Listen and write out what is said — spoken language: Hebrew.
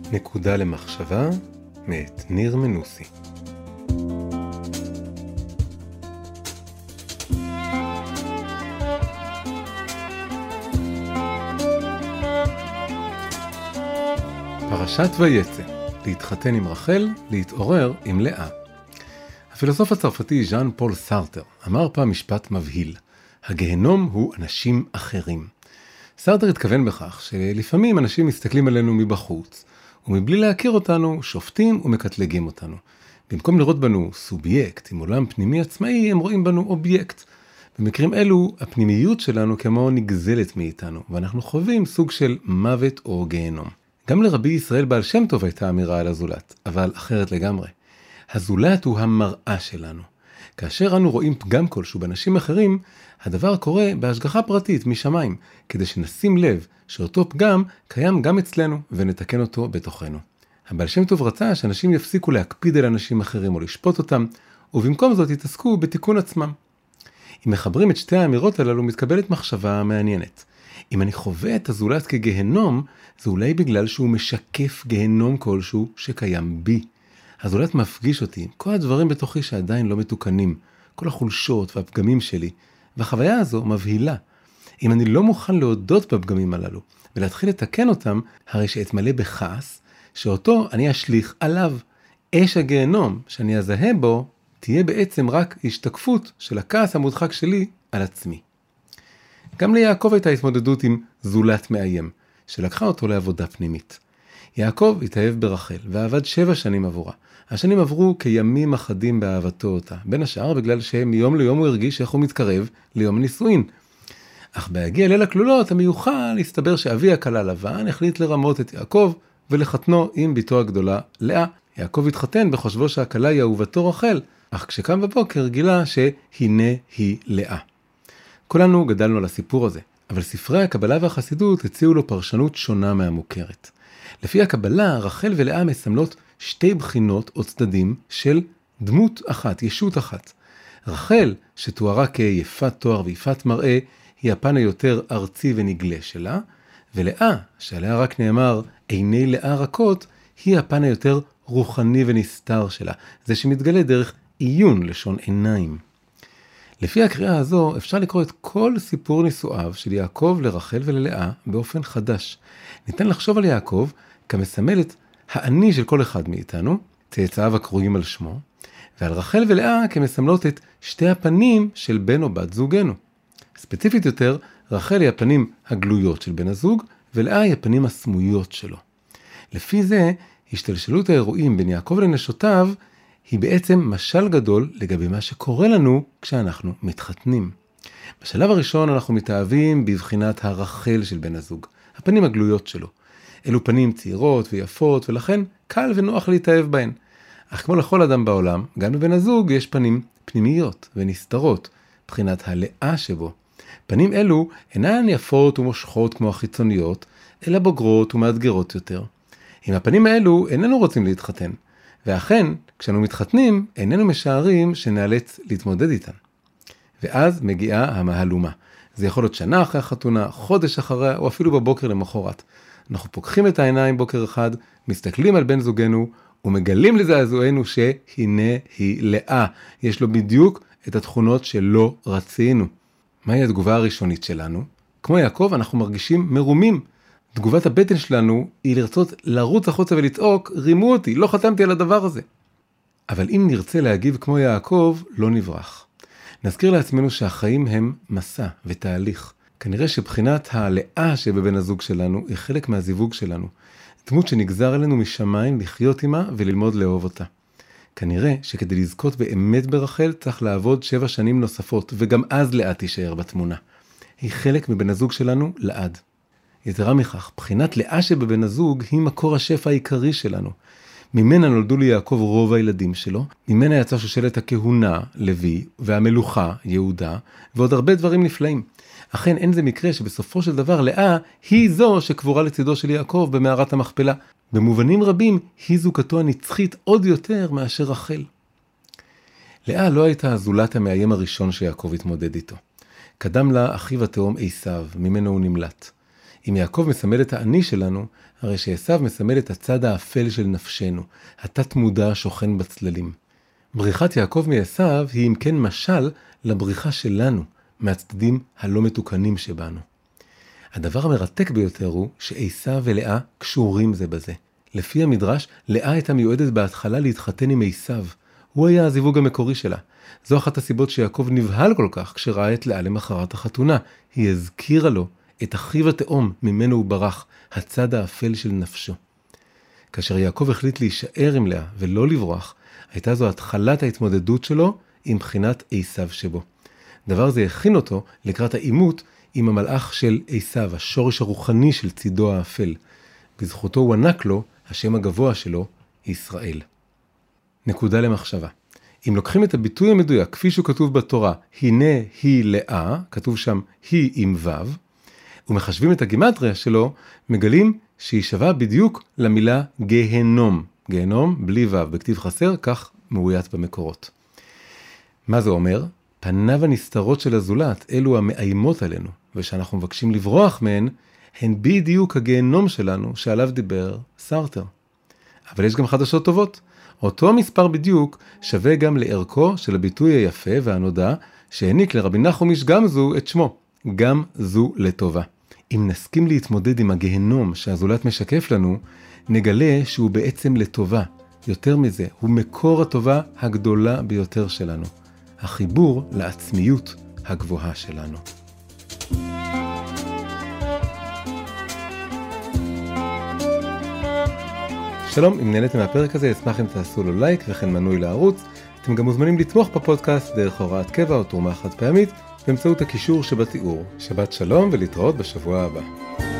נקודה למחשבה מאת ניר מנוסי. פרשת ויצא, להתחתן עם רחל, להתעורר עם לאה. הפילוסוף הצרפתי ז'אן פול סארטר אמר פעם משפט מבהיל: הגהנום הוא אנשים אחרים. סארטר התכוון בכך שלפעמים אנשים מסתכלים עלינו מבחוץ, ומבלי להכיר אותנו, שופטים ומקטלגים אותנו. במקום לראות בנו סובייקט עם עולם פנימי עצמאי, הם רואים בנו אובייקט. במקרים אלו, הפנימיות שלנו כמו נגזלת מאיתנו, ואנחנו חווים סוג של מוות או גיהנום. גם לרבי ישראל בעל שם טוב הייתה אמירה על הזולת, אבל אחרת לגמרי. הזולת הוא המראה שלנו. כאשר אנו רואים פגם כלשהו באנשים אחרים, הדבר קורה בהשגחה פרטית משמיים, כדי שנשים לב שאותו פגם קיים גם אצלנו ונתקן אותו בתוכנו. הבעל שם טוב רצה שאנשים יפסיקו להקפיד על אנשים אחרים או לשפוט אותם, ובמקום זאת יתעסקו בתיקון עצמם. אם מחברים את שתי האמירות הללו, מתקבלת מחשבה מעניינת. אם אני חווה את הזולת כגהנום, זה אולי בגלל שהוא משקף גהנום כלשהו שקיים בי. הזולת מפגיש אותי עם כל הדברים בתוכי שעדיין לא מתוקנים, כל החולשות והפגמים שלי, והחוויה הזו מבהילה. אם אני לא מוכן להודות בפגמים הללו ולהתחיל לתקן אותם, הרי שאתמלא בכעס, שאותו אני אשליך עליו. אש הגהנום שאני אזהה בו, תהיה בעצם רק השתקפות של הכעס המודחק שלי על עצמי. גם ליעקב הייתה התמודדות עם זולת מאיים, שלקחה אותו לעבודה פנימית. יעקב התאהב ברחל, ועבד 7 שנים עבורה. השנים עברו כימים אחדים באהבתו אותה, בין השאר בגלל שמיום ליום הוא הרגיש איך הוא מתקרב ליום הנישואין. אך בהגיע ליל הכלולות המיוחל, הסתבר שאבי הכלה לבן החליט לרמות את יעקב ולחתנו עם ביתו הגדולה לאה. יעקב התחתן בחושבו שהכלה היא אהובתו רחל, אך כשקם בבוקר גילה שהנה היא לאה. כולנו גדלנו על הסיפור הזה, אבל ספרי הקבלה והחסידות הציעו לו פרשנות שונה מהמוכרת. לפי הקבלה, רחל ולאה מסמלות 2 בחינות או צדדים של דמות אחת, ישות אחת. רחל, שתוארה כיפת תואר ויפת מראה, היא הפן היותר ארצי ונגלה שלה, ולאה, שעליה רק נאמר עיני לאה רכות, היא הפן היותר רוחני ונסתר שלה, זה שמתגלה דרך עיון לשון עיניים. לפי הקריאה הזו אפשר לקרוא את כל סיפור נישואיו של יעקב לרחל וללאה באופן חדש. ניתן לחשוב על יעקב כמסמל את האני של כל אחד מאיתנו, צאצאיו הקרויים על שמו, ועל רחל ולאה כמסמלות את 2 הפנים של בן או בת זוגנו. ספציפית יותר, רחל היא הפנים הגלויות של בן הזוג, ולאה היא הפנים הסמויות שלו. לפי זה, השתלשלות האירועים בין יעקב לנשותיו היא בעצם משל גדול לגבי מה שקורה לנו כשאנחנו מתחתנים. בשלב הראשון אנחנו מתאהבים בבחינת הרחל של בן הזוג, הפנים הגלויות שלו. אלו פנים צעירות ויפות, ולכן קל ונוח להתאהב בהן. אך כמו לכל אדם בעולם, גם לבן הזוג יש פנים פנימיות ונסתרות, בחינת הלאה שבו. פנים אלו אינן יפות ומושכות כמו החיצוניות, אלא בוגרות ומאתגרות יותר. עם הפנים האלו איננו רוצים להתחתן, ואכן, כשאנו מתחתנים, איננו משערים שנאלץ להתמודד איתן. ואז מגיעה המהלומה. זה יכול להיות שנה אחרי החתונה, חודש אחריה, או אפילו בבוקר למחרת. אנחנו פוקחים את העיניים בוקר אחד, מסתכלים על בן זוגנו, ומגלים לזעזוענו שהנה היא לאה. יש לו בדיוק את התכונות שלא רצינו. מהי התגובה הראשונית שלנו? כמו יעקב, אנחנו מרגישים מרומים. תגובת הבטן שלנו היא לרצות לרוץ החוצה ולצעוק, רימו אותי, לא חתמתי על הדבר הזה. אבל אם נרצה להגיב כמו יעקב, לא נברח. נזכיר לעצמנו שהחיים הם מסע ותהליך. כנראה שבחינת הלאה שבבן הזוג שלנו היא חלק מהזיווג שלנו. דמות שנגזר עלינו משמיים לחיות עימה וללמוד לאהוב אותה. כנראה שכדי לזכות באמת ברחל צריך לעבוד 7 שנים נוספות, וגם אז לאה תישאר בתמונה. היא חלק מבן הזוג שלנו לעד. יתרה מכך, בחינת לאה שבבן הזוג היא מקור השפע העיקרי שלנו. ממנה נולדו ליעקב רוב הילדים שלו, ממנה יצא שושלת הכהונה, לוי, והמלוכה, יהודה, ועוד הרבה דברים נפלאים. אכן אין זה מקרה שבסופו של דבר לאה היא זו שקבורה לצידו של יעקב במערת המכפלה. במובנים רבים היא זוגתו הנצחית עוד יותר מאשר רחל. לאה לא הייתה הזולת המאיים הראשון שיעקב התמודד איתו. קדם לה אחיו התאום עשיו, ממנו הוא נמלט. אם יעקב מסמל את האני שלנו, הרי שעשיו מסמל את הצד האפל של נפשנו, התת מודע שוכן בצללים. בריחת יעקב מעשיו היא אם כן משל לבריחה שלנו, מהצדדים הלא מתוקנים שבנו. הדבר המרתק ביותר הוא שעשיו ולאה קשורים זה בזה. לפי המדרש, לאה הייתה מיועדת בהתחלה להתחתן עם עשיו. הוא היה הזיווג המקורי שלה. זו אחת הסיבות שיעקב נבהל כל כך כשראה את לאה למחרת החתונה. היא הזכירה לו את אחיו התאום ממנו הוא ברח, הצד האפל של נפשו. כאשר יעקב החליט להישאר עם לאה ולא לברוח, הייתה זו התחלת ההתמודדות שלו עם בחינת עשיו שבו. דבר זה הכין אותו לקראת העימות עם המלאך של עשיו, השורש הרוחני של צידו האפל. בזכותו הוא ענק לו, השם הגבוה שלו, ישראל. נקודה למחשבה. אם לוקחים את הביטוי המדויק, כפי שהוא כתוב בתורה, הנה היא לאה, כתוב שם היא עם ו', ומחשבים את הגימטריה שלו, מגלים שהיא שווה בדיוק למילה גהנום. גהנום בלי ו', בכתיב חסר, כך מאוית במקורות. מה זה אומר? פניו הנסתרות של הזולת, אלו המאיימות עלינו, ושאנחנו מבקשים לברוח מהן, הן בדיוק הגהנום שלנו שעליו דיבר סארטר. אבל יש גם חדשות טובות. אותו המספר בדיוק שווה גם לערכו של הביטוי היפה והנודע שהעניק לרבי נחום איש גמזו את שמו, גם זו לטובה. אם נסכים להתמודד עם הגהנום שהזולת משקף לנו, נגלה שהוא בעצם לטובה. יותר מזה, הוא מקור הטובה הגדולה ביותר שלנו. החיבור לעצמיות הגבוהה שלנו. שלום, אם נהניתם מהפרק הזה, אשמח אם תעשו לו לייק וכן מנוי לערוץ. אתם גם מוזמנים לתמוך בפודקאסט דרך הוראת קבע או תרומה חד פעמית באמצעות הקישור שבתיאור. שבת שלום ולהתראות בשבוע הבא.